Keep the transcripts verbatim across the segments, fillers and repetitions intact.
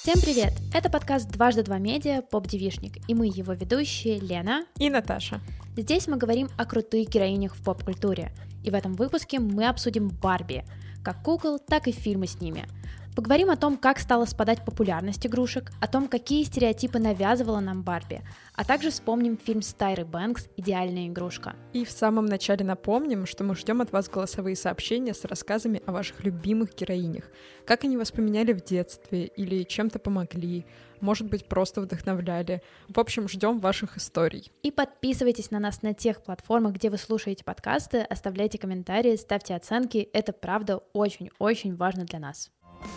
Всем привет! Это подкаст «Дважды два медиа. Поп-девишник», и мы его ведущие Лена и Наташа. Здесь мы говорим о крутых героинях в поп-культуре, и в этом выпуске мы обсудим Барби, как кукол, так и фильмы с ними. Поговорим о том, как стала спадать популярность игрушек, о том, какие стереотипы навязывала нам Барби, а также вспомним фильм с Тайрой Бэнкс «Идеальная игрушка». И в самом начале напомним, что мы ждем от вас голосовые сообщения с рассказами о ваших любимых героинях, как они вас поменяли в детстве или чем-то помогли, может быть, просто вдохновляли. В общем, ждем ваших историй. И подписывайтесь на нас на тех платформах, где вы слушаете подкасты, оставляйте комментарии, ставьте оценки, это правда очень-очень важно для нас.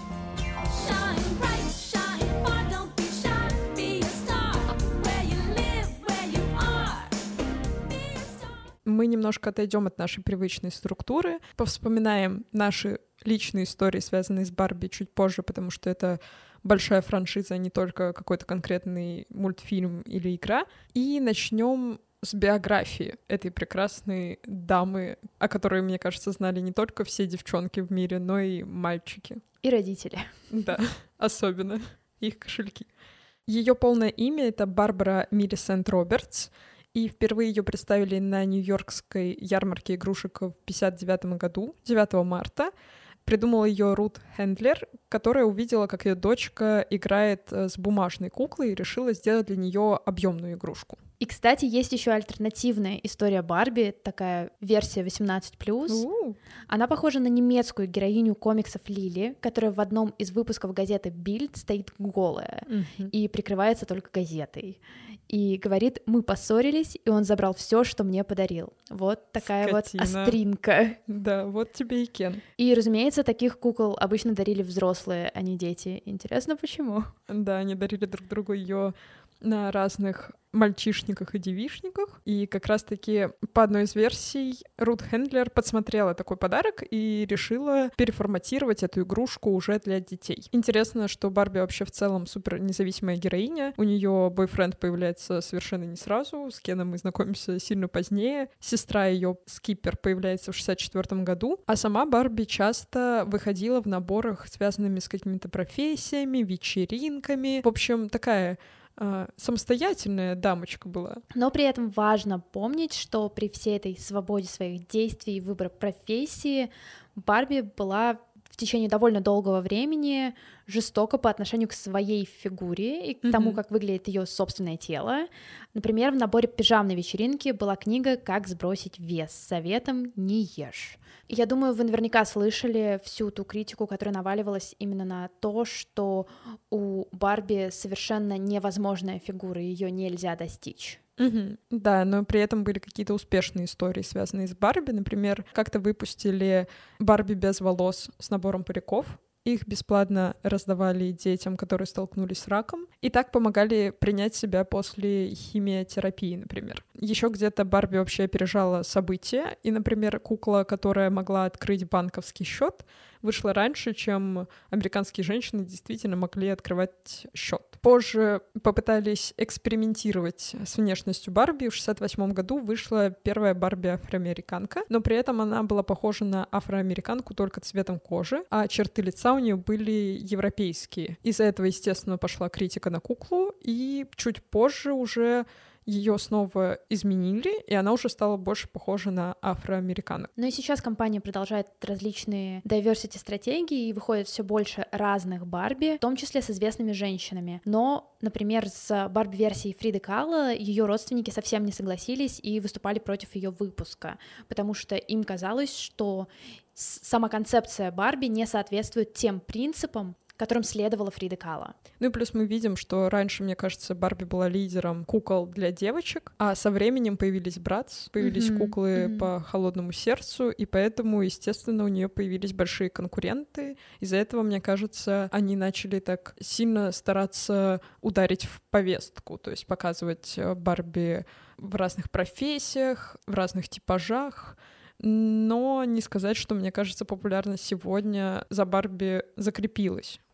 Мы немножко отойдем от нашей привычной структуры, повспоминаем наши личные истории, связанные с Барби, чуть позже, потому что это большая франшиза, а не только какой-то конкретный мультфильм или игра. И начнем с биографии этой прекрасной дамы, о которой, мне кажется, знали не только все девчонки в мире, но и мальчики. И родители. Да, особенно их кошельки. Ее полное имя — это Барбара Миллисент Робертс, и впервые ее представили на Нью-Йоркской ярмарке игрушек в пятьдесят девятом году, девятого марта. Придумала ее Рут Хендлер, которая увидела, как ее дочка играет с бумажной куклой и решила сделать для нее объемную игрушку. И, кстати, есть еще альтернативная история Барби, такая версия восемнадцать плюс. У-у-у. Она похожа на немецкую героиню комиксов Лили, которая в одном из выпусков газеты Bild стоит голая Mm-hmm. и прикрывается только газетой. И говорит: мы поссорились, и он забрал все, что мне подарил. Вот такая Скотина. Вот остринка. Да, вот тебе и Кен. И, разумеется, таких кукол обычно дарили взрослые, а не дети. Интересно, почему? Да, они дарили друг другу ее на разных мальчишниках и девишниках. И как раз-таки по одной из версий Рут Хендлер подсмотрела такой подарок и решила переформатировать эту игрушку уже для детей. Интересно, что Барби вообще в целом супер независимая героиня. У нее бойфренд появляется совершенно не сразу. С Кеном мы знакомимся сильно позднее. Сестра ее, Скиппер, появляется в шестьдесят четвёртом году. А сама Барби часто выходила в наборах, связанными с какими-то профессиями, вечеринками. В общем, такая самостоятельная дамочка была. Но при этом важно помнить, что при всей этой свободе своих действий и выбора профессии Барби была в течение довольно долгого времени жестоко по отношению к своей фигуре и к тому, mm-hmm. как выглядит ее собственное тело. Например, в наборе пижамной вечеринки была книга «Как сбросить вес» с советом «Не ешь». И я думаю, вы наверняка слышали всю ту критику, которая наваливалась именно на то, что у Барби совершенно невозможная фигура, ее нельзя достичь. Угу. Да, но при этом были какие-то успешные истории, связанные с Барби. Например, как-то выпустили Барби без волос с набором париков. Их бесплатно раздавали детям, которые столкнулись с раком, и так помогали принять себя после химиотерапии, например. Еще где-то Барби вообще опережала события, и, например, кукла, которая могла открыть банковский счет, вышла раньше, чем американские женщины действительно могли открывать счет. Позже попытались экспериментировать с внешностью Барби. В шестьдесят восьмом году вышла первая Барби-афроамериканка, но при этом она была похожа на афроамериканку только цветом кожи, а черты лица у нее были европейские. Из-за этого, естественно, пошла критика на куклу, и чуть позже уже ее снова изменили, и она уже стала больше похожа на афроамериканок. Но и сейчас компания продолжает различные diversity-стратегии, и выходит все больше разных Барби, в том числе с известными женщинами. Но, например, с Барби-версией Фриды Кало ее родственники совсем не согласились и выступали против ее выпуска, потому что им казалось, что сама концепция Барби не соответствует тем принципам, которым следовала Фрида Кало. Ну и плюс мы видим, что раньше, мне кажется, Барби была лидером кукол для девочек, а со временем появились Братс, появились mm-hmm. куклы mm-hmm. по холодному сердцу, и поэтому, естественно, у нее появились большие конкуренты. Из-за этого, мне кажется, они начали так сильно стараться ударить в повестку, то есть показывать Барби в разных профессиях, в разных типажах. Но не сказать, что, мне кажется, популярность сегодня за Барби закрепилась.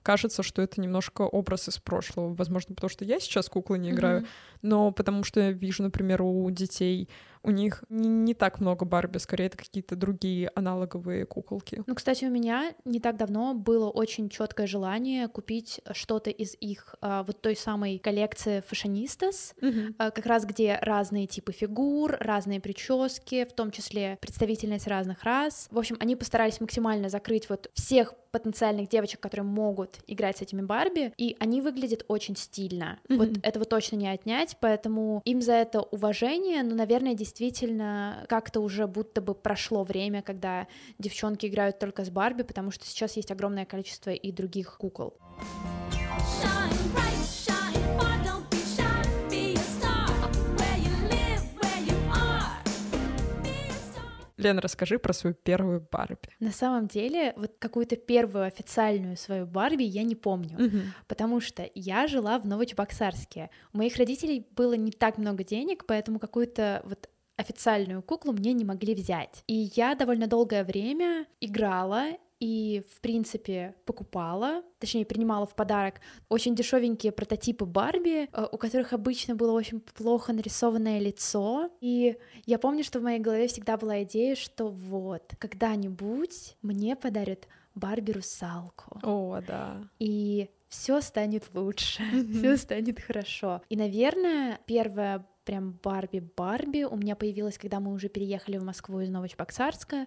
кажется, что это немножко образ из прошлого. Возможно, потому что я сейчас куклы не играю, Мгм. но потому что я вижу, например, у детей, у них не, не так много Барби, скорее это какие-то другие аналоговые куколки. Ну, кстати, у меня не так давно было очень четкое желание купить что-то из их а, вот той самой коллекции Fashionistas, Мгм. а, как раз где разные типы фигур, разные прически, в том числе представительность разных рас. В общем, они постарались максимально закрыть вот всех потенциальных девочек, которые могут играть с этими Барби, и они выглядят очень стильно. Мгм. Вот этого точно не отнять, поэтому им за это уважение, но, наверное, действительно как-то уже будто бы прошло время, когда девчонки играют только с Барби, потому что сейчас есть огромное количество и других кукол. Shine bright, shine far, don't be shy, be a star. Where you live, where you are, be a star. Лен, расскажи про свою первую Барби. На самом деле, вот какую-то первую официальную свою Барби я не помню, Мгм. потому что я жила в Новочебоксарске. У моих родителей было не так много денег, поэтому какую-то вот официальную куклу мне не могли взять. И я довольно долгое время играла и, в принципе, покупала, точнее, принимала в подарок очень дешевенькие прототипы Барби, э, у которых обычно было очень плохо нарисованное лицо. И я помню, что в моей голове всегда была идея, что вот, когда-нибудь мне подарят Барби-русалку. О, да. И все станет лучше, Мгм. все станет хорошо. И, наверное, первая прям Барби-Барби у меня появилась, когда мы уже переехали в Москву из Новочебоксарска.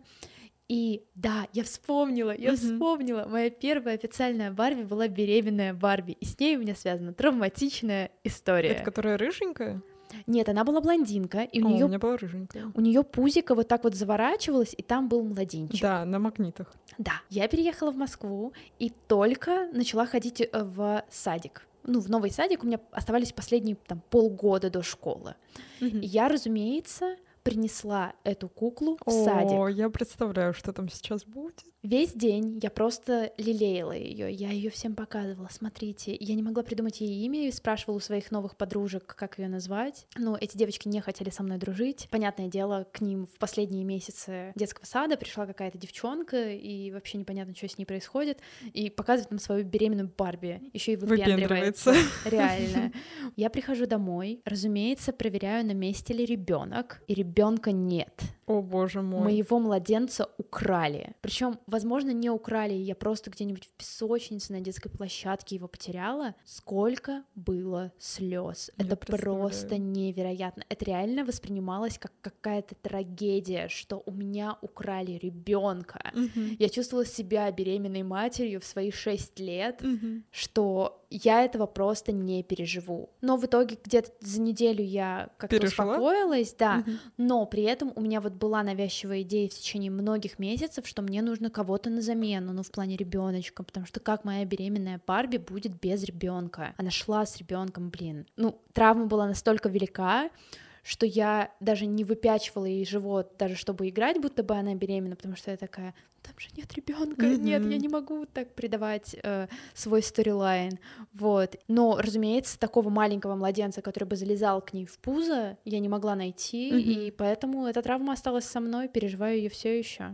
И да, я вспомнила, я Мгм. вспомнила, моя первая официальная Барби была беременная Барби, и с ней у меня связана травматичная история. Это которая рыженькая? Нет, она была блондинка, и у О, нее у меня была рыженькая. у нее пузико вот так вот заворачивалось, и там был младенчик. Да, на магнитах. Да, я переехала в Москву и только начала ходить э, в садик. Ну, в новый садик у меня оставались последние там полгода до школы. Мгм. И я, разумеется, принесла эту куклу в О, садик. я представляю, что там сейчас будет. Весь день я просто лелеяла ее, я ее всем показывала, смотрите. Я не могла придумать ей имя и спрашивала у своих новых подружек, как ее назвать. Но эти девочки не хотели со мной дружить. Понятное дело, к ним в последние месяцы детского сада пришла какая-то девчонка, и вообще непонятно, что с ней происходит, и показывает нам свою беременную Барби, еще и выпендривается. Выпендривается. Реально. Я прихожу домой, разумеется, проверяю, на месте ли ребенок, и ребенка нет. О, боже мой. Моего младенца украли. Причем, возможно, не украли, я просто где-нибудь в песочнице на детской площадке его потеряла. Сколько было слез. Я Это представляю. просто невероятно. Это реально воспринималось как какая-то трагедия, что у меня украли ребенка. Мгм. Я чувствовала себя беременной матерью в свои шесть лет, Мгм. что я этого просто не переживу. Но в итоге где-то за неделю я как-то Пережила? успокоилась, да, Мгм. но при этом у меня вот была навязчивая идея в течение многих месяцев, что мне нужно кого-то на замену, ну, в плане ребеночка, потому что как моя беременная Барби будет без ребенка? Она шла с ребенком, блин. Ну, травма была настолько велика, что я даже не выпячивала ей живот, даже чтобы играть, будто бы она беременна, потому что я такая, там же нет ребенка, Мгм. нет, я не могу так придавать э, свой сторилайн, вот. Но, разумеется, такого маленького младенца, который бы залезал к ней в пузо, я не могла найти, Мгм. и поэтому эта травма осталась со мной, переживаю ее все еще.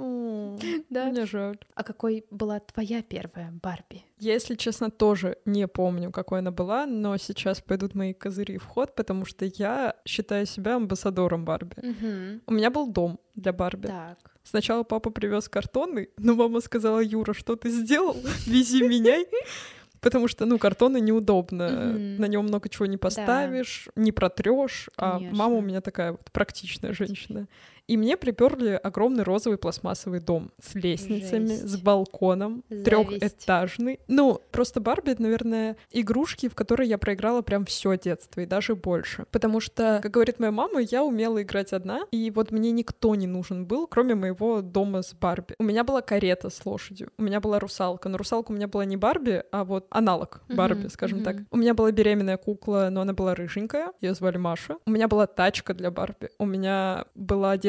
О, Да. мне жаль. А какой была твоя первая Барби? Я, если честно, тоже не помню, какой она была, но сейчас пойдут мои козыри в ход, потому что я считаю себя амбассадором Барби. Мгм. У меня был дом для Барби. Так. Сначала папа привез картоны, но мама сказала: Юра, что ты сделал? Вези, меняй. Потому что, ну, картоны неудобно. Мгм. На нем много чего не поставишь, не протрешь. А Конечно. мама у меня такая вот практичная женщина. И мне приперли огромный розовый пластмассовый дом с лестницами, Жесть. с балконом, Зависть. трехэтажный. Ну, просто Барби, это, наверное, игрушки, в которые я проиграла прям все детство и даже больше. Потому что, как говорит моя мама, я умела играть одна, и вот мне никто не нужен был, кроме моего дома с Барби. У меня была карета с лошадью, у меня была русалка, но русалка у меня была не Барби, а вот аналог Барби, Мгм, скажем мгм. так. У меня была беременная кукла, но она была рыженькая, ее звали Маша. У меня была тачка для Барби, у меня была детская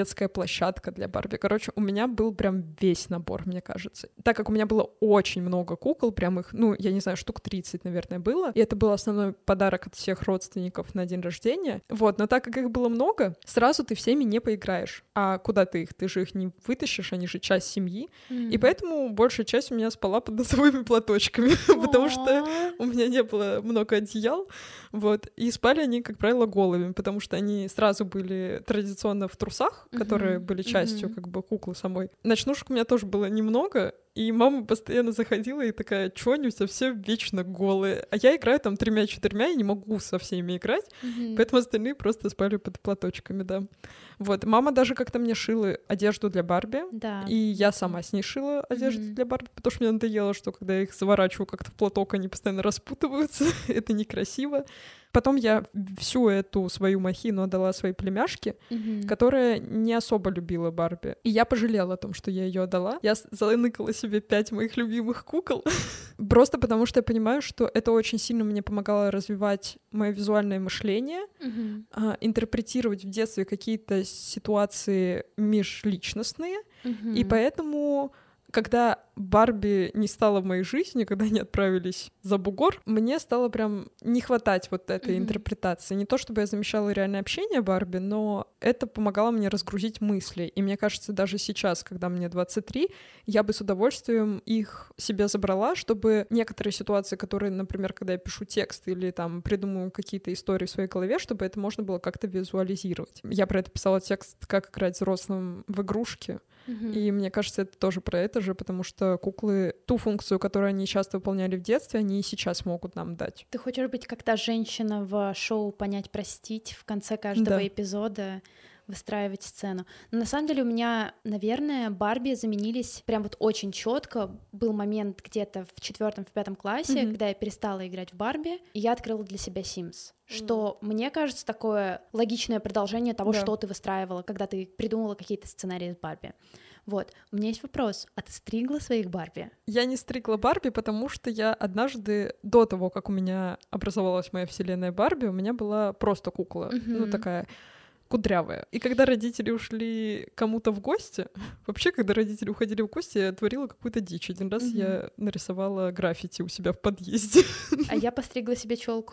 детская площадка для Барби. Короче, у меня был прям весь набор, мне кажется. Так как у меня было очень много кукол, прям их, ну, я не знаю, штук тридцать, наверное, было, и это был основной подарок от всех родственников на день рождения. Вот, но так как их было много, сразу ты всеми не поиграешь. А куда ты их? Ты же их не вытащишь, они же часть семьи. М. И поэтому большая часть у меня спала под носовыми платочками, потому что О, у меня не было много одеял, вот, и спали они, как правило, голыми, потому что они сразу были традиционно в трусах, которые Мгм, были частью, мгм. как бы, куклы самой. Ночнушек у меня тоже было немного, и мама постоянно заходила и такая: чё они у тебя все вечно голые? А я играю там тремя-четырьмя и не могу со всеми играть, Мгм. поэтому остальные просто спали под платочками, да. Вот, мама даже как-то мне шила одежду для Барби, Да. и я сама с ней шила одежду Мгм. для Барби, потому что мне надоело, что когда я их заворачиваю как-то в платок, они постоянно распутываются. Это некрасиво. Потом я всю эту свою махину отдала своей племяшке, Мгм. которая не особо любила Барби. И я пожалела о том, что я ее отдала. Я с- заныкала себе пять моих любимых кукол. Просто потому что я понимаю, что это очень сильно мне помогало развивать мое визуальное мышление, Мгм. а, интерпретировать в детстве какие-то ситуации межличностные. Мгм. И поэтому, когда Барби не стала в моей жизни, когда они отправились за бугор, мне стало прям не хватать вот этой Мгм. интерпретации. Не то чтобы я замещала реальное общение Барби, но это помогало мне разгрузить мысли. И мне кажется, даже сейчас, когда мне двадцать три, я бы с удовольствием их себе забрала, чтобы некоторые ситуации, которые, например, когда я пишу текст или там придумываю какие-то истории в своей голове, чтобы это можно было как-то визуализировать. Я про это писала текст «Как играть взрослым в игрушки», Мгм. и мне кажется, это тоже про это же, потому что куклы ту функцию, которую они часто выполняли в детстве, они и сейчас могут нам дать. Ты хочешь быть как та женщина в шоу «Понять, простить», в конце каждого Да. эпизода выстраивать сцену. Но на самом деле у меня, наверное, Барби заменились прям вот очень четко. Был момент где-то в четвертом, в пятом классе, Мгм. когда я перестала играть в Барби, и я открыла для себя Sims. Что, мне кажется, такое логичное продолжение того, Да. что ты выстраивала, когда ты придумала какие-то сценарии с Барби. Вот, у меня есть вопрос. А ты стригла своих Барби? Я не стригла Барби, потому что я однажды, до того, как у меня образовалась моя вселенная Барби, у меня была просто кукла, ну Мгм. такая кудрявая. И когда родители ушли кому-то в гости, вообще, когда родители уходили в гости, я творила какую-то дичь. Один раз Мгм. я нарисовала граффити у себя в подъезде. А я постригла себе челку.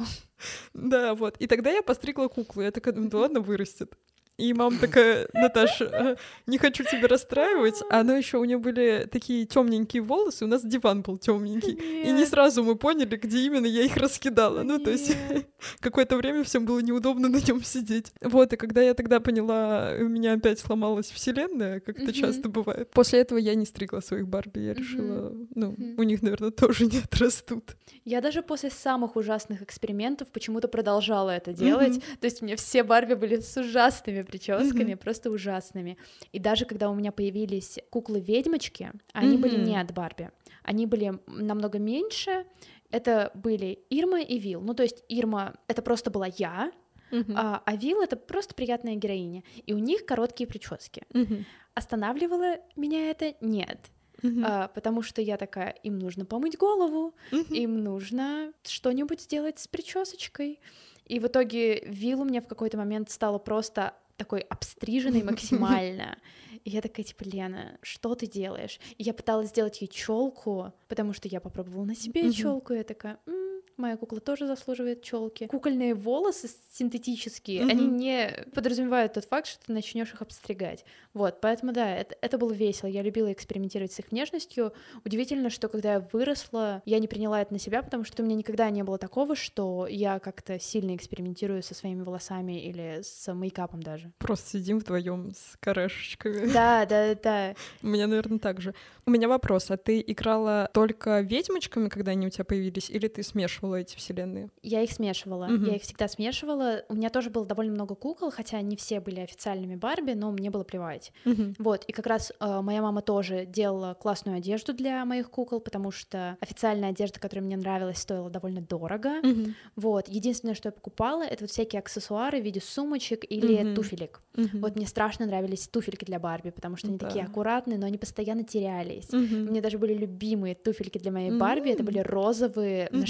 Да, вот. И тогда я постригла куклу. Я такая, ну да ладно, вырастет. И мама такая: Наташа, э, не хочу тебя расстраивать. А она еще у нее были такие темненькие волосы, у нас диван был темненький. И не Нет. сразу мы поняли, где именно я их раскидала. Ну, то есть Нет. какое-то время всем было неудобно на нем сидеть. Вот, и когда я тогда поняла, у меня опять сломалась вселенная, как это Мгм. часто бывает. После этого я не стригла своих Барби. Я Мгм. решила, ну, Мгм. у них, наверное, тоже не отрастут. Я даже после самых ужасных экспериментов почему-то продолжала это делать. Мгм. То есть у меня все Барби были с ужасными прическами, Мгм. просто ужасными. И даже когда у меня появились куклы-ведьмочки, они были не Мгм. от Барби. Они были намного меньше. Это были Ирма и Вил. Ну, то есть Ирма — это просто была я, Мгм. а, а Вил — это просто приятная героиня. И у них короткие прически. Мгм. Останавливало меня это? Нет. Мгм. А, потому что я такая: им нужно помыть голову, Мгм. им нужно что-нибудь сделать с причесочкой. И в итоге Вил у меня в какой-то момент стала просто такой обстриженной максимально. И я такая, типа: Лена, что ты делаешь? И я пыталась сделать ей челку, потому что я попробовала на себе Мгм. челку, и я такая: «М, моя кукла тоже заслуживает челки. Кукольные волосы синтетические, Мгм. они не подразумевают тот факт, что ты начнешь их обстригать. Вот, поэтому да, это, это было весело. Я любила экспериментировать с их внешностью. Удивительно, что когда я выросла, я не приняла это на себя, потому что у меня никогда не было такого, что я как-то сильно экспериментирую со своими волосами или с мейкапом даже. Просто сидим вдвоем с корешечками. Да, да, да. У меня, наверное, так же. У меня вопрос: а ты играла только ведьмочками, когда они у тебя появились, или ты смешивала эти вселенные? Я их смешивала. Мгм. Я их всегда смешивала. У меня тоже было довольно много кукол, хотя не все были официальными Барби, но мне было плевать. Мгм. Вот, и как раз э, моя мама тоже делала классную одежду для моих кукол, потому что официальная одежда, которая мне нравилась, стоила довольно дорого. Мгм. Вот, единственное, что я покупала, это вот всякие аксессуары в виде сумочек или Мгм. туфелек. Мгм. Вот мне страшно нравились туфельки для Барби, потому что они Да. такие аккуратные, но они постоянно терялись. У Мгм. меня даже были любимые туфельки для моей Барби, это М. были розовые на Мгм. шпильках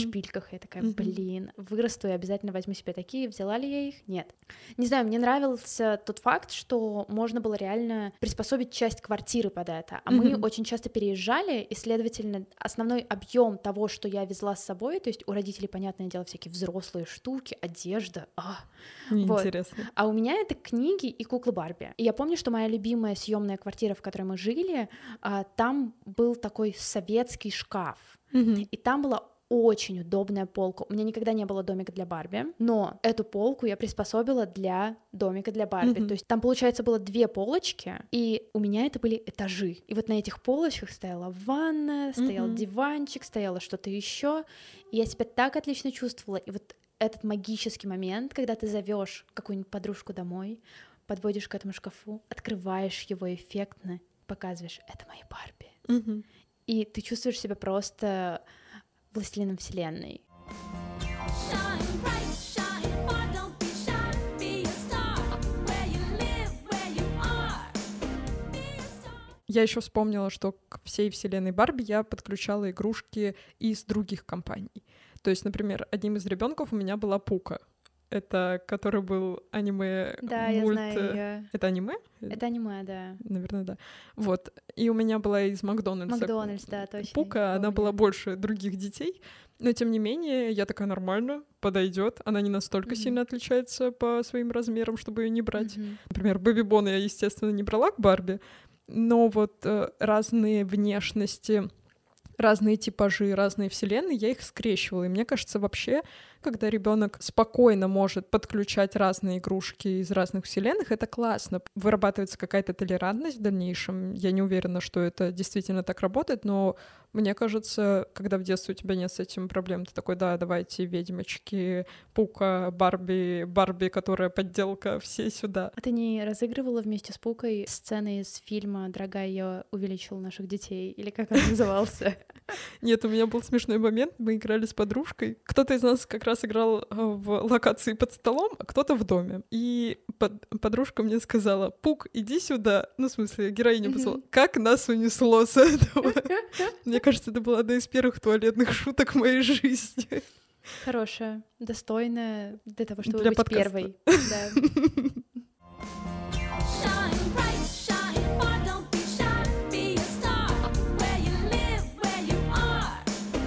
которых я такая, Мгм. блин, вырасту и обязательно возьму себе такие. Взяла ли я их? Нет. Не знаю, мне нравился тот факт, что можно было реально приспособить часть квартиры под это. А мы Мгм. очень часто переезжали, и, следовательно, основной объем того, что я везла с собой, то есть у родителей, понятное дело, всякие взрослые штуки, одежда, а, вот. Неинтересно. А у меня это книги и куклы Барби. И я помню, что моя любимая съемная квартира, в которой мы жили, а, там был такой советский шкаф. Мгм. И там была очень удобная полка. У меня никогда не было домика для Барби, но эту полку я приспособила для домика для Барби. Мгм. То есть там, получается, было две полочки, и у меня это были этажи. И вот на этих полочках стояла ванная, стоял Мгм. диванчик, стояло что-то еще. И я себя так отлично чувствовала. И вот этот магический момент, когда ты зовешь какую-нибудь подружку домой, подводишь к этому шкафу, открываешь его эффектно, показываешь, это мои Барби. Мгм. И ты чувствуешь себя просто властелином вселенной. Shine bright, shine far, don't be shy, be a star. Where you live, where you are. Be a star. Я еще вспомнила, что к всей вселенной Барби я подключала игрушки из других компаний. То есть, например, одним из ребенков у меня была Пука. Это который был аниме Да, я мульт. знаю её. Это аниме? Это аниме, да. Наверное, да. Вот. И у меня была из Макдональдса. Макдональдс, да, точно. Пука, она помню. была больше других детей. Но тем не менее, я такая, нормально, подойдет. Она не настолько Мгм. сильно отличается по своим размерам, чтобы ее не брать. Мгм. Например, Бэби Бона я, естественно, не брала к Барби, но вот э, разные внешности, разные типажи, разные вселенные, я их скрещивала. И мне кажется, вообще, когда ребенок спокойно может подключать разные игрушки из разных вселенных, это классно. Вырабатывается какая-то толерантность в дальнейшем. Я не уверена, что это действительно так работает, но мне кажется, когда в детстве у тебя нет с этим проблем, ты такой, да, давайте ведьмочки, Пука, Барби, Барби, которая подделка, все сюда. А ты не разыгрывала вместе с Пукой сцены из фильма «Дорогая, я увеличил наших детей»? Или как он назывался? Нет, у меня был смешной момент. Мы играли с подружкой. Кто-то из нас как раз играл э, в локации под столом, а кто-то в доме. И под- подружка мне сказала: Пук, иди сюда. Ну, в смысле, героиня Мгм. позвала. Как нас унесло с этого? Мне кажется, это была одна из первых туалетных шуток в моей жизни. Хорошая, достойная для того, чтобы Для быть подкаста. первой. Да. Shine bright, shine far, don't be shy, be a star. Where you live, where you are.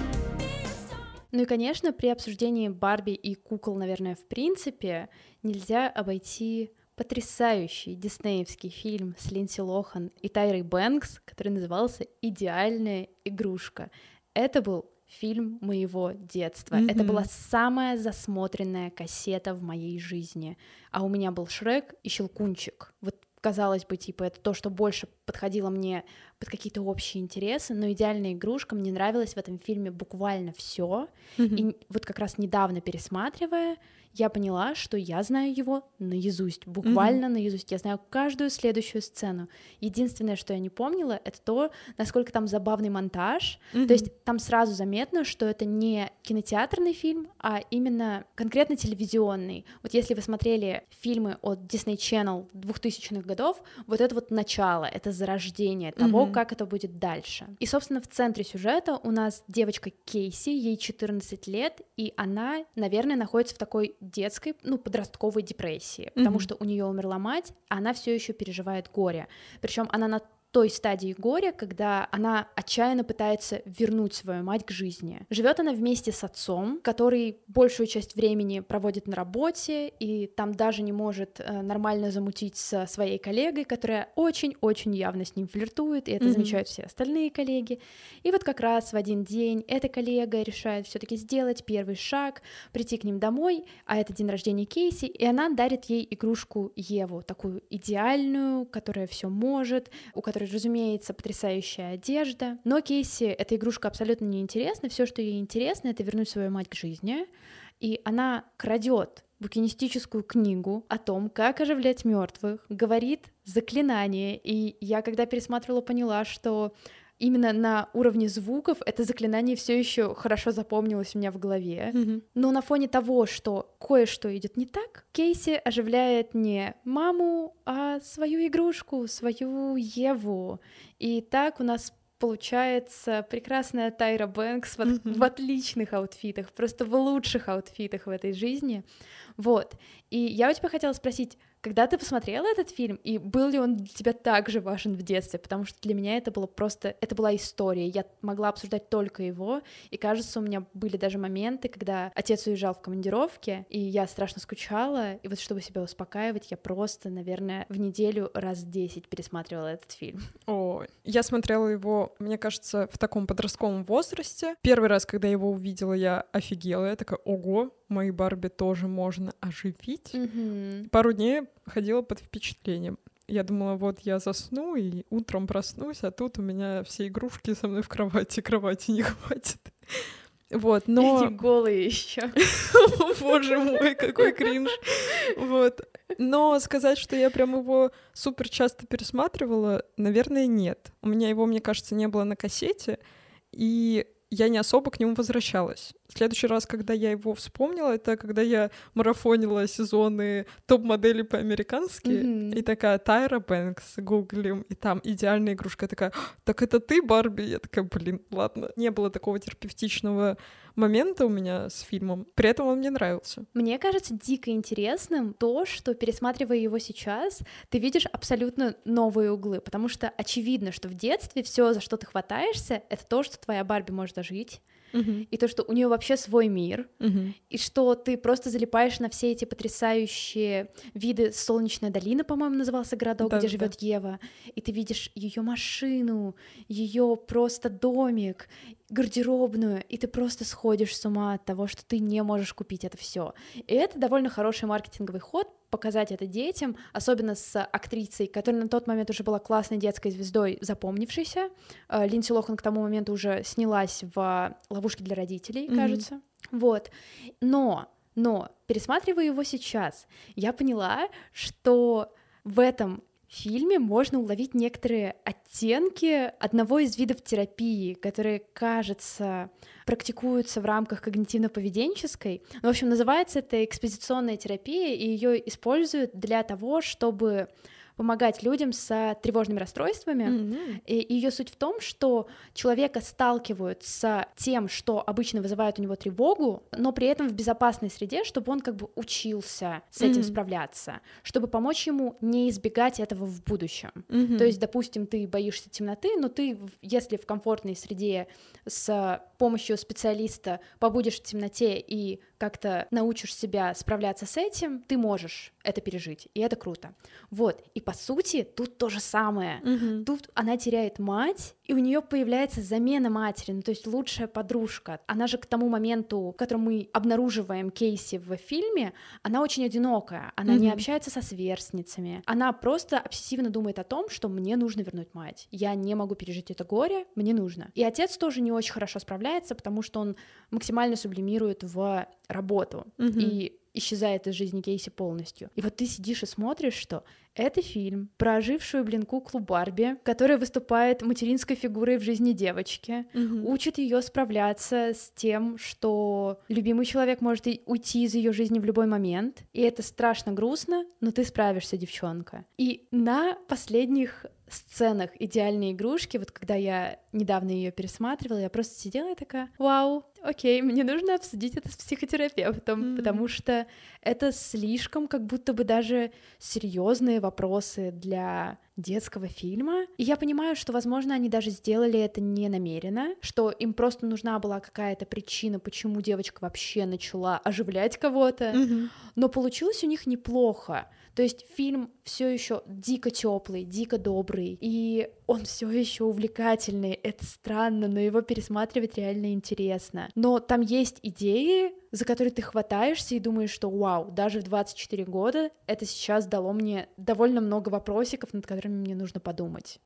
Be a star. Ну и, конечно, при обсуждении Барби и кукол, наверное, в принципе, нельзя обойти потрясающий диснеевский фильм с Линдси Лохан и Тайрой Бэнкс, который назывался «Идеальная игрушка». Это был фильм моего детства. Мгм. Это была самая засмотренная кассета в моей жизни. А у меня был Шрек и Щелкунчик. Вот, казалось бы, типа, это то, что больше подходило мне под какие-то общие интересы, но «Идеальная игрушка», мне нравилось в этом фильме буквально все. И вот как раз недавно пересматривая, я поняла, что я знаю его наизусть, буквально наизусть. Я знаю каждую следующую сцену. Единственное, что я не помнила, это то, насколько там забавный монтаж. Мгм. То есть там сразу заметно, что это не кинотеатрный фильм, а именно конкретно телевизионный. Вот если вы смотрели фильмы от Disney Channel двухтысячных годов, вот это вот начало, это зарождение того, Мгм. как это будет дальше. И, собственно, в центре сюжета у нас девочка Кейси, ей четырнадцать лет, и она, наверное, находится в такой детской, ну, подростковой депрессии, потому Мгм. что у нее умерла мать, а она все еще переживает горе. Причем она на той стадии горя, когда она отчаянно пытается вернуть свою мать к жизни. Живет она вместе с отцом, который большую часть времени проводит на работе, и там даже не может э, нормально замутить со своей коллегой, которая очень-очень явно с ним флиртует, и это Мгм. замечают все остальные коллеги. И вот как раз в один день эта коллега решает все-таки сделать первый шаг, прийти к ним домой, а это день рождения Кейси, и она дарит ей игрушку Еву, такую идеальную, которая все может, у которой, разумеется, потрясающая одежда. Но Кейси эта игрушка абсолютно не интересна. Все, что ей интересно, это вернуть свою мать к жизни. И она крадет букинистическую книгу о том, как оживлять мертвых, говорит заклинание. И я, когда пересматривала, поняла, что именно на уровне звуков это заклинание все еще хорошо запомнилось у меня в голове. Мгм. Но на фоне того, что кое-что идет не так, Кейси оживляет не маму, а свою игрушку, свою Еву. И так у нас получается прекрасная Тайра Бэнкс в, от- Мгм. в отличных аутфитах, просто в лучших аутфитах в этой жизни. Вот. И я у тебя хотела спросить, когда ты посмотрела этот фильм, и был ли он для тебя так же важен в детстве? Потому что для меня это было просто... Это была история, я могла обсуждать только его, и, кажется, у меня были даже моменты, когда отец уезжал в командировке, и я страшно скучала, и вот чтобы себя успокаивать, я просто, наверное, в неделю раз десять пересматривала этот фильм. О, я смотрела его, мне кажется, в таком подростковом возрасте. Первый раз, когда я его увидела, я офигела. Я такая, ого, мои Барби тоже можно оживить. Мгм. Пару дней ходила под впечатлением. Я думала, вот я засну и утром проснусь, а тут у меня все игрушки со мной в кровати, кровати не хватит. Вот, но... Эти голые еще. О, боже мой, какой кринж. Вот. Но сказать, что я прям его супер часто пересматривала, наверное, нет. У меня его, мне кажется, не было на кассете, и я не особо к нему возвращалась. В следующий раз, когда я его вспомнила, это когда я марафонила сезоны топ-моделей по-американски, Мгм. и такая Тайра Бэнкс, гуглим, и там идеальная игрушка. Я такая, так это ты, Барби? Я такая, блин, ладно. Не было такого терапевтичного момента у меня с фильмом, при этом он мне нравился. Мне кажется дико интересным то, что, пересматривая его сейчас, ты видишь абсолютно новые углы, потому что очевидно, что в детстве все, за что ты хватаешься, это то, что твоя Барби может ожить, Мгм. и то, что у нее вообще свой мир, Мгм. и что ты просто залипаешь на все эти потрясающие виды. Солнечная долина, по-моему, назывался городок, где Да-да-да. живет Ева, и ты видишь ее машину, ее просто домик, гардеробную, и ты просто сходишь с ума от того, что ты не можешь купить это все. И это довольно хороший маркетинговый ход, показать это детям, особенно с актрисой, которая на тот момент уже была классной детской звездой, запомнившейся. Э, Линдси Лохан к тому моменту уже снялась в «Ловушке для родителей», Мгм. кажется. Вот. Но, но, пересматривая его сейчас, я поняла, что в этом фильме можно уловить некоторые оттенки одного из видов терапии, которые, кажется, практикуются в рамках когнитивно-поведенческой. Ну, в общем, называется это экспозиционная терапия, и ее используют для того, чтобы помогать людям с тревожными расстройствами. Мгм. И ее суть в том, что человека сталкивают с тем, что обычно вызывает у него тревогу, но при этом в безопасной среде, чтобы он как бы учился с этим Мгм. справляться, чтобы помочь ему не избегать этого в будущем. Мгм. То есть, допустим, ты боишься темноты, но ты, в- если в комфортной среде с помощью специалиста побудешь в темноте и как-то научишь себя справляться с этим, ты можешь это пережить, и это круто. Вот, и по сути тут то же самое. Мгм. Тут она теряет мать, и у нее появляется замена матери, ну то есть лучшая подружка. Она же к тому моменту, в котором мы обнаруживаем Кейси в фильме, она очень одинокая, она не Мгм. общается со сверстницами, она просто обсессивно думает о том, что мне нужно вернуть мать, я не могу пережить это горе, мне нужно. И отец тоже не очень хорошо справляется, потому что он максимально сублимирует в работу Мгм. и исчезает из жизни Кейси полностью. И вот ты сидишь и смотришь, что это фильм про ожившую, блин, куклу Барби, которая выступает материнской фигурой в жизни девочки, Мгм. учит ее справляться с тем, что любимый человек может и уйти из ее жизни в любой момент, и это страшно грустно, но ты справишься, девчонка. И на последних сценах идеальной игрушки, вот когда я недавно ее пересматривала, я просто сидела и такая, вау, окей, мне нужно обсудить это с психотерапевтом, Мгм. потому что это слишком как будто бы даже серьезные вопросы для детского фильма. И я понимаю, что, возможно, они даже сделали это не намеренно, что им просто нужна была какая-то причина, почему девочка вообще начала оживлять кого-то, Мгм. но получилось у них неплохо. То есть фильм все еще дико теплый, дико добрый, и он все еще увлекательный. Это странно, но его пересматривать реально интересно. Но там есть идеи, за которые ты хватаешься и думаешь, что вау, даже в двадцать четыре года это сейчас дало мне довольно много вопросиков, над которыми мне нужно подумать.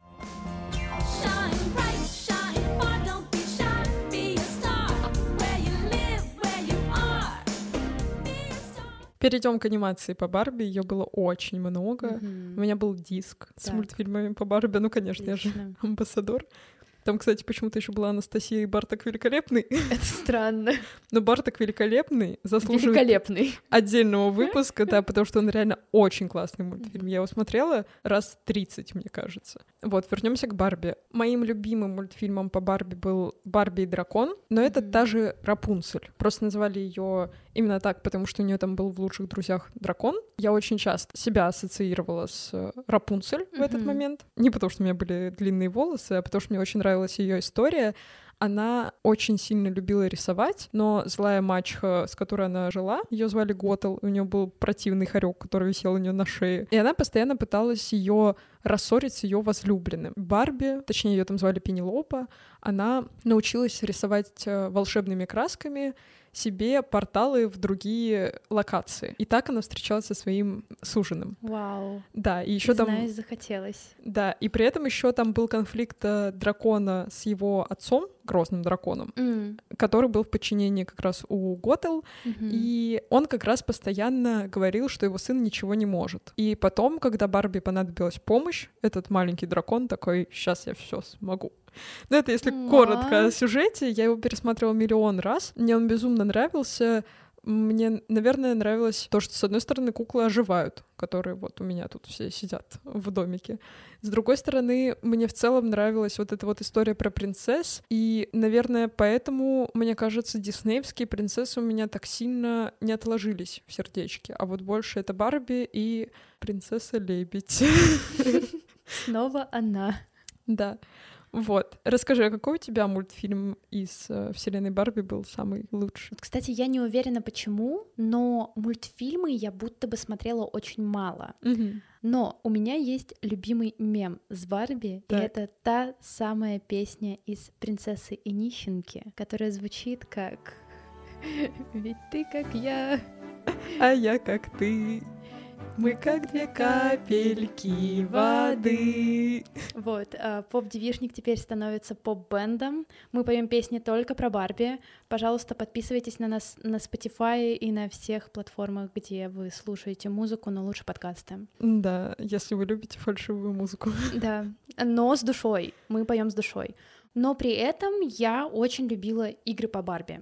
Shine bright, shine far, don't be shy, be a star. Where you live, where you are. Be a star. Перейдем к анимации по Барби. Ее было очень много. Мгм. У меня был диск с Так. мультфильмами по Барби. Ну, конечно, я же Отлично. амбассадор. Там, кстати, почему-то еще была Анастасия и Барток Великолепный. Это странно. Но Барток Великолепный заслуживает Великолепный. отдельного выпуска, да, потому что он реально очень классный мультфильм. Я его смотрела раз тридцать, мне кажется. Вот, вернемся к Барби. Моим любимым мультфильмом по Барби был «Барби и дракон», но это Мгм. та же Рапунцель. Просто назвали ее именно так, потому что у нее там был в «Лучших друзьях» дракон. Я очень часто себя ассоциировала с э, Рапунцель в этот Мгм. момент. Не потому что у меня были длинные волосы, а потому что мне очень нравилась ее история. Она очень сильно любила рисовать, но злая мачеха, с которой она жила, ее звали Готел, у нее был противный хорек, который висел у нее на шее. И она постоянно пыталась ее рассорить с ее возлюбленным. Барби, точнее, ее там звали Пенелопа, она научилась рисовать э, волшебными красками себе порталы в другие локации. И так она встречалась со своим суженым. Вау. Да, и еще там... Знаю, захотелось. Да, и при этом еще там был конфликт э, дракона с его отцом, грозным драконом, М, который был в подчинении как раз у Готел, мгм. и он как раз постоянно говорил, что его сын ничего не может. И потом, когда Барби понадобилась помощь, этот маленький дракон такой: «Сейчас я все смогу». Ну, это если Ма. коротко о сюжете. Я его пересматривала миллион раз. Мне он безумно нравился. Мне, наверное, нравилось то, что, с одной стороны, куклы оживают, которые вот у меня тут все сидят в домике. С другой стороны, мне в целом нравилась вот эта вот история про принцесс. И, наверное, поэтому, мне кажется, диснеевские принцессы у меня так сильно не отложились в сердечке. А вот больше это Барби и принцесса-лебедь. Снова она. Да. Вот. Расскажи, а какой у тебя мультфильм из э, вселенной Барби был самый лучший? Вот, кстати, я не уверена, почему, но мультфильмы я будто бы смотрела очень мало. Мгм. Но у меня есть любимый мем с Барби, Так. и это та самая песня из «Принцессы и нищенки», которая звучит как «Ведь ты как я». А я как ты, мы как две капельки воды. Вот, а, поп-девишник теперь становится поп-бендом. Мы поем песни только про Барби. Пожалуйста, подписывайтесь на нас на Spotify и на всех платформах, где вы слушаете музыку, но лучше подкасты. Да, если вы любите фальшивую музыку. Да, но с душой. Мы поем с душой. Но при этом я очень любила игры по Барби.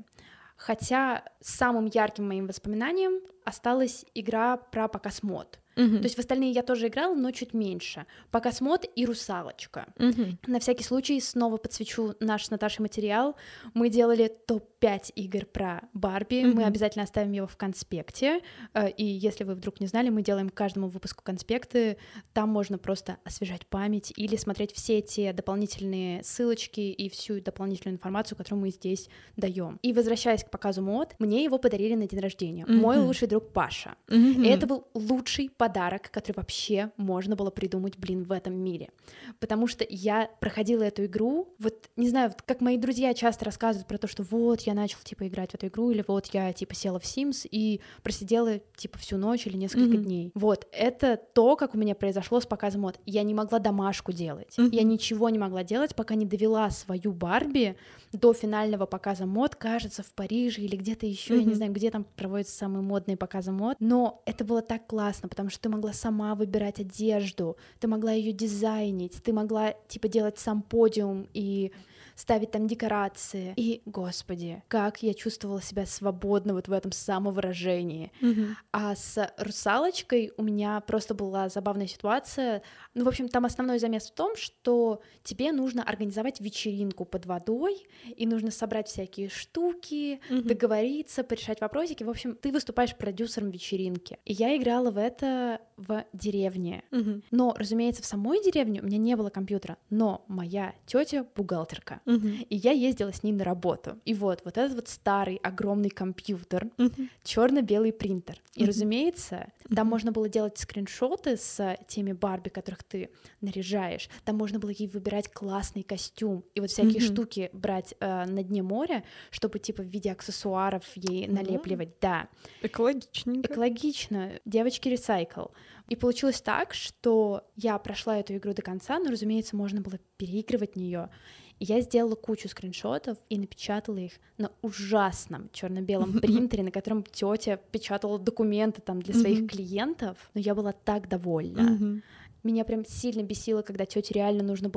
Хотя самым ярким моим воспоминанием осталась игра про показ мод. То есть в остальные я тоже играла, но чуть меньше. Показ мод и русалочка. Мгм. На всякий случай снова подсвечу наш с Наташей материал. Мы делали топ пять игр про Барби. Мы Мгм. обязательно оставим его в конспекте. Э, И если вы вдруг не знали, мы делаем к каждому выпуску конспекты. Там можно просто освежать память или смотреть все те дополнительные ссылочки и всю дополнительную информацию, которую мы здесь даем. И возвращаясь к показу мод, мне его подарили на день рождения. Мой Мгм. лучший друг Паша. Мгм. И это был лучший подарок, который вообще можно было придумать, блин, в этом мире. Потому что я проходила эту игру, вот, не знаю, вот как мои друзья часто рассказывают про то, что вот, я начал, типа, играть в эту игру, или вот, я, типа, села в Sims и просидела, типа, всю ночь или несколько Мгм. дней. Вот, это то, как у меня произошло с показом мод. Я не могла домашку делать. Мгм. Я ничего не могла делать, пока не довела свою Барби до финального показа мод, кажется, в Париже или где-то еще, я не Мгм. знаю, где там проводятся самые модные показы мод. Но это было так классно, потому что ты могла сама выбирать одежду, ты могла ее дизайнить, ты могла, типа, делать сам подиум и ставить там декорации. И, господи, как я чувствовала себя свободно вот в этом самовыражении. Мгм. А с русалочкой у меня просто была забавная ситуация. Ну, в общем, там основной замес в том, что тебе нужно организовать вечеринку под водой, и нужно собрать всякие штуки, Мгм. договориться, порешать вопросики. В общем, ты выступаешь продюсером вечеринки. И я играла в это в деревне. Мгм. Но, разумеется, в самой деревне у меня не было компьютера, но моя тетя бухгалтерка. Мгм. И я ездила с ней на работу. И вот, вот этот вот старый огромный компьютер, Мгм. черно-белый принтер. И, Мгм. разумеется, там Мгм. можно было делать скриншоты с теми Барби, которых ты наряжаешь. Там можно было ей выбирать классный костюм и вот всякие Мгм. штуки брать э, на дне моря, чтобы типа в виде аксессуаров ей М. налепливать. Да, Экологичненько. экологично. Девочки ресайкл. И получилось так, что я прошла эту игру до конца, но, разумеется, можно было переигрывать в нее. И я сделала кучу скриншотов и напечатала их на ужасном черно-белом принтере, на котором тетя печатала документы там для своих Мгм. клиентов. Но я была так довольна. Мгм. Меня прям сильно бесило, когда тете реально нужно было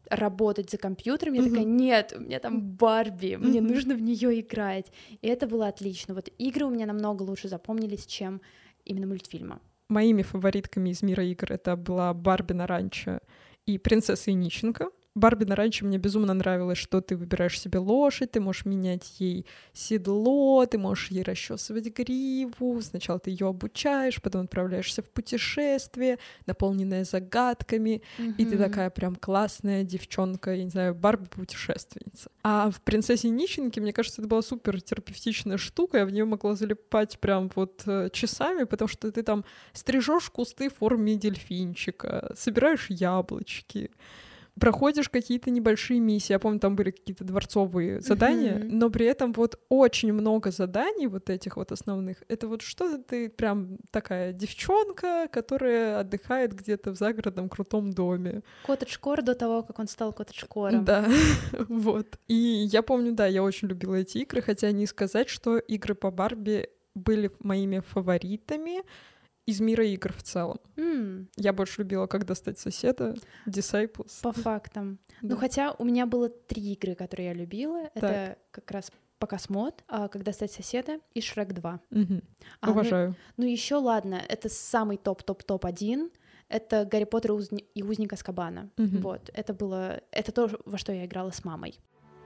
работать за компьютером, я Мгм. такая, нет, у меня там Барби, мне Мгм. нужно в нее играть. И это было отлично. Вот игры у меня намного лучше запомнились, чем именно мультфильмы. Моими фаворитками из мира игр это была Барби на ранчо и Принцесса Яниченко. Барби на ранчо мне безумно нравилось, что ты выбираешь себе лошадь, ты можешь менять ей седло, ты можешь ей расчесывать гриву. Сначала ты ее обучаешь, потом отправляешься в путешествие, наполненное загадками, и ты Мгм. такая прям классная девчонка, я не знаю, Барби-путешественница. А в «Принцессе Яниченке», мне кажется, это была супер терапевтичная штука, я в нее могла залипать прям вот э, часами, потому что ты там стрижешь кусты в форме дельфинчика, собираешь яблочки, проходишь какие-то небольшие миссии. Я помню, там были какие-то дворцовые задания, Мгм. но при этом вот очень много заданий вот этих вот основных. Это вот что-то ты прям такая девчонка, которая отдыхает где-то в загородном крутом доме. Коттедж-кор до того, как он стал коттедж-кором. Да, вот. И я помню, да, я очень любила эти игры, хотя не сказать, что игры по Барби были моими фаворитами из мира игр в целом. М, Я больше любила «Как достать соседа», Disciples. по фактам. Да. Ну, хотя у меня было три игры, которые я любила. Это как раз «Покосмод», а «Когда стать соседа» и «Шрек два». Мгм. А, ну, Уважаю. ну еще ладно, это самый топ-топ-топ один. Это «Гарри Поттер и, узни- и узник Азкабана». Мгм. Вот, это было... Это то, во что я играла с мамой.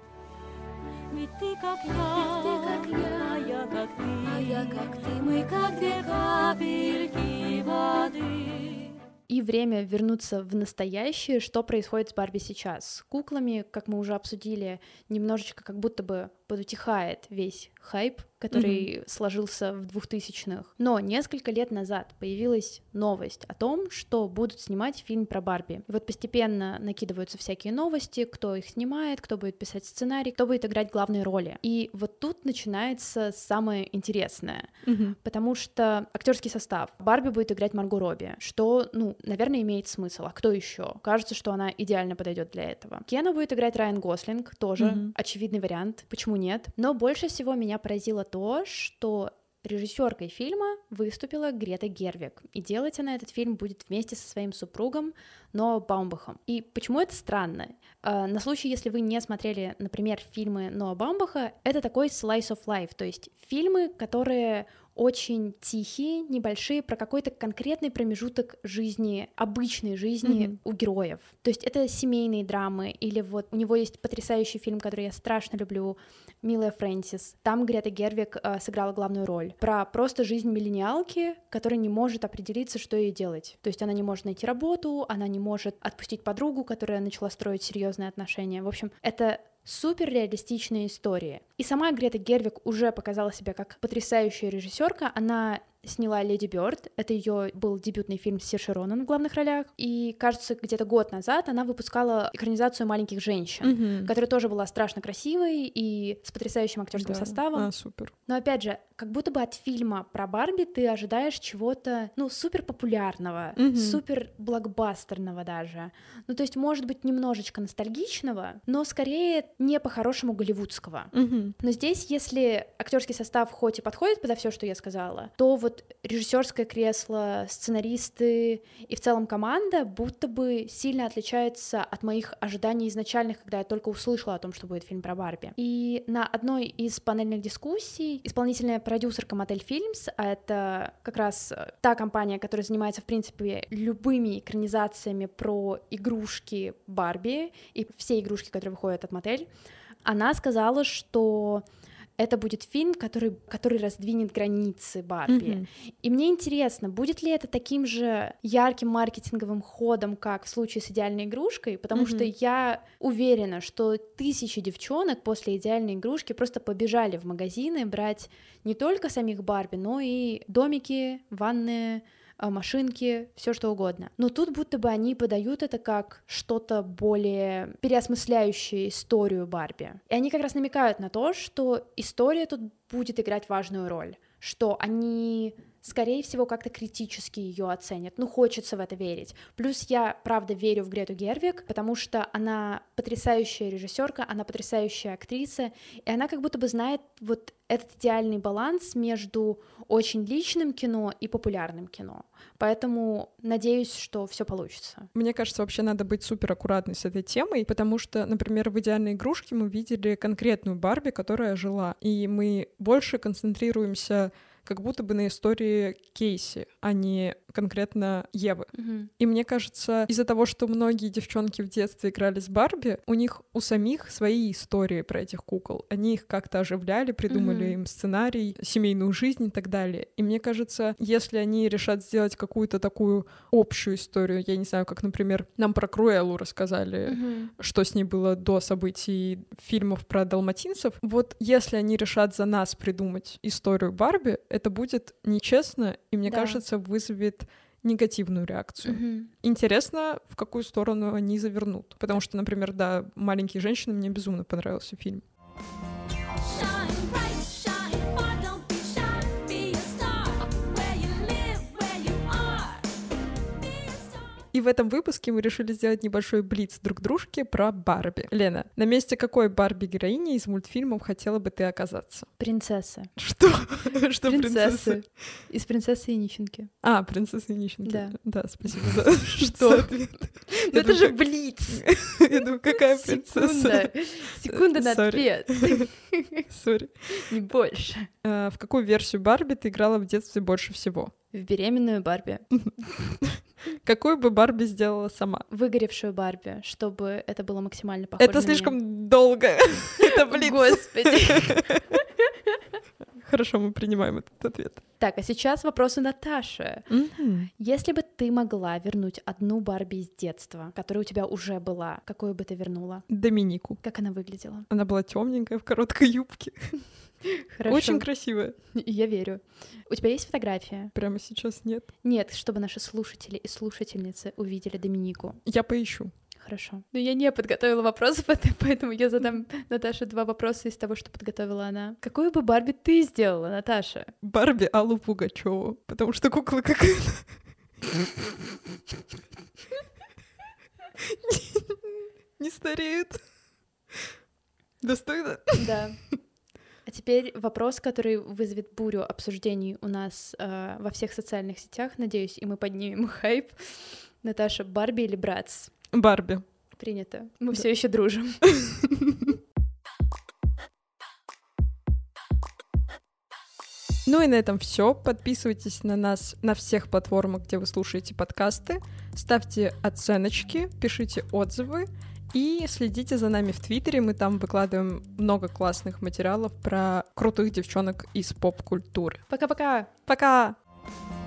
Ведь ты как я, а я как ты, а я как ты, мы как две капельки воды. И время вернуться в настоящее, что происходит с Барби сейчас. С куклами, как мы уже обсудили, немножечко как будто бы подутихает весь хайп, который сложился в двухтысячных. Но несколько лет назад появилась новость о том, что будут снимать фильм про Барби. И вот постепенно накидываются всякие новости, кто их снимает, кто будет писать сценарий, кто будет играть главные роли. И вот тут начинается самое интересное. Мгм. Потому что актерский состав. Барби будет играть Марго Робби, что, ну, наверное, имеет смысл. А кто еще? Кажется, что она идеально подойдет для этого. Кена будет играть Райан Гослинг, тоже Мгм. очевидный вариант. Почему нет? Но больше всего меня поразило то, что режиссеркой фильма выступила Грета Гервиг, и делать она этот фильм будет вместе со своим супругом Ноа Баумбахом. И почему это странно? Э, На случай, если вы не смотрели, например, фильмы Ноа Баумбаха, это такой slice of life, то есть фильмы, которые очень тихие, небольшие, про какой-то конкретный промежуток жизни, обычной жизни Мгм. у героев. То есть это семейные драмы, или вот у него есть потрясающий фильм, который я страшно люблю, «Милая Фрэнсис». Там Грета Гервиг э, сыграла главную роль. Про просто жизнь миллениалки, которая не может определиться, что ей делать. То есть она не может найти работу, она не может отпустить подругу, которая начала строить серьезные отношения. В общем, это супер реалистичная история. И сама Грета Гервиг уже показала себя как потрясающая режиссерка. Она сняла «Леди Бёрд». Это ее был дебютный фильм с Сиршей Ронан в главных ролях. И, кажется, где-то год назад она выпускала экранизацию «Маленьких женщин», Мгм. которая тоже была страшно красивой и с потрясающим актерским Да. составом. А, супер. Но опять же, как будто бы от фильма про Барби ты ожидаешь чего-то, ну, супер популярного, Мгм. супер блокбастерного даже. Ну, то есть, может быть, немножечко ностальгичного, но скорее не по-хорошему голливудского. Мгм. Но здесь, если актерский состав хоть и подходит подо все, что я сказала, то вот режиссерское кресло, сценаристы и в целом команда будто бы сильно отличаются от моих ожиданий изначальных, когда я только услышала о том, что будет фильм про Барби. И на одной из панельных дискуссий исполнительная продюсерка Мотель Фильмс, а это как раз та компания, которая занимается, в принципе, любыми экранизациями про игрушки Барби и все игрушки, которые выходят от Мотель, она сказала, что это будет фильм, который, который раздвинет границы Барби. Мгм. И мне интересно, будет ли это таким же ярким маркетинговым ходом, как в случае с «Идеальной игрушкой», потому Мгм. что я уверена, что тысячи девчонок после «Идеальной игрушки» просто побежали в магазины брать не только самих Барби, но и домики, ванны, а, машинки, все что угодно. Но тут будто бы они подают это как что-то более переосмысляющее историю Барби. И они как раз намекают на то, что история тут будет играть важную роль, что они скорее всего, как-то критически ее оценят. Ну, хочется в это верить. Плюс я, правда, верю в Грету Гервиг, потому что она потрясающая режиссерка, она потрясающая актриса, и она как будто бы знает вот этот идеальный баланс между очень личным кино и популярным кино. Поэтому надеюсь, что все получится. Мне кажется, вообще надо быть супер аккуратной с этой темой, потому что, например, в «Идеальной игрушке» мы видели конкретную Барби, которая жила, и мы больше концентрируемся как будто бы на истории Кейси, а не конкретно Евы. Mm-hmm. И мне кажется, из-за того, что многие девчонки в детстве играли с Барби, у них у самих свои истории про этих кукол. Они их как-то оживляли, придумали mm-hmm. им сценарий, семейную жизнь и так далее. И мне кажется, если они решат сделать какую-то такую общую историю, я не знаю, как, например, нам про Круэллу рассказали, mm-hmm. что с ней было до событий фильмов про далматинцев, вот если они решат за нас придумать историю Барби, это будет нечестно, и, мне да. кажется, вызовет негативную реакцию. Mm-hmm. Интересно, в какую сторону они завернут. Потому что, например, да, «Маленькие женщины» мне безумно понравился фильм. И в этом выпуске мы решили сделать небольшой блиц друг дружке про Барби. Лена, на месте какой Барби-героини из мультфильмов хотела бы ты оказаться? Принцесса. Что? Что принцесса? Из «Принцессы и нищенки». А, «Принцесса и нищенки». Да. Да, спасибо за что? Ну это же блиц! Я думаю, какая принцесса? Секунда на ответ. Сори. Не больше. В какую версию Барби ты играла в детстве больше всего? В беременную Барби. Какую бы Барби сделала сама? Выгоревшую Барби, чтобы это было максимально похоже на Это меня. слишком долго. Это, блин. Господи. Хорошо, мы принимаем этот ответ. Так, а сейчас вопросы Наташи. Mm-hmm. Если бы ты могла вернуть одну Барби из детства, которая у тебя уже была, какую бы ты вернула? Доминику. Как она выглядела? Она была темненькая в короткой юбке. Хорошо. Очень красивая. Я верю. У тебя есть фотография? Прямо сейчас нет. Нет, чтобы наши слушатели и слушательницы увидели Доминику. Я поищу. Хорошо. Но я не подготовила вопросов, поэтому я задам Наташе два вопроса из того, что подготовила она. Какую бы Барби ты сделала, Наташа? Барби Аллу Пугачёву, потому что кукла какая-то... Не стареет. Достойно? Да. А теперь вопрос, который вызовет бурю обсуждений у нас э, во всех социальных сетях, надеюсь, и мы поднимем хайп. Наташа, Барби или Братц? Барби. Принято. Мы да. все еще дружим. Ну и на этом все. Подписывайтесь на нас на всех платформах, где вы слушаете подкасты. Ставьте оценочки, пишите отзывы. И следите за нами в Твиттере, мы там выкладываем много классных материалов про крутых девчонок из поп-культуры. Пока-пока! Пока!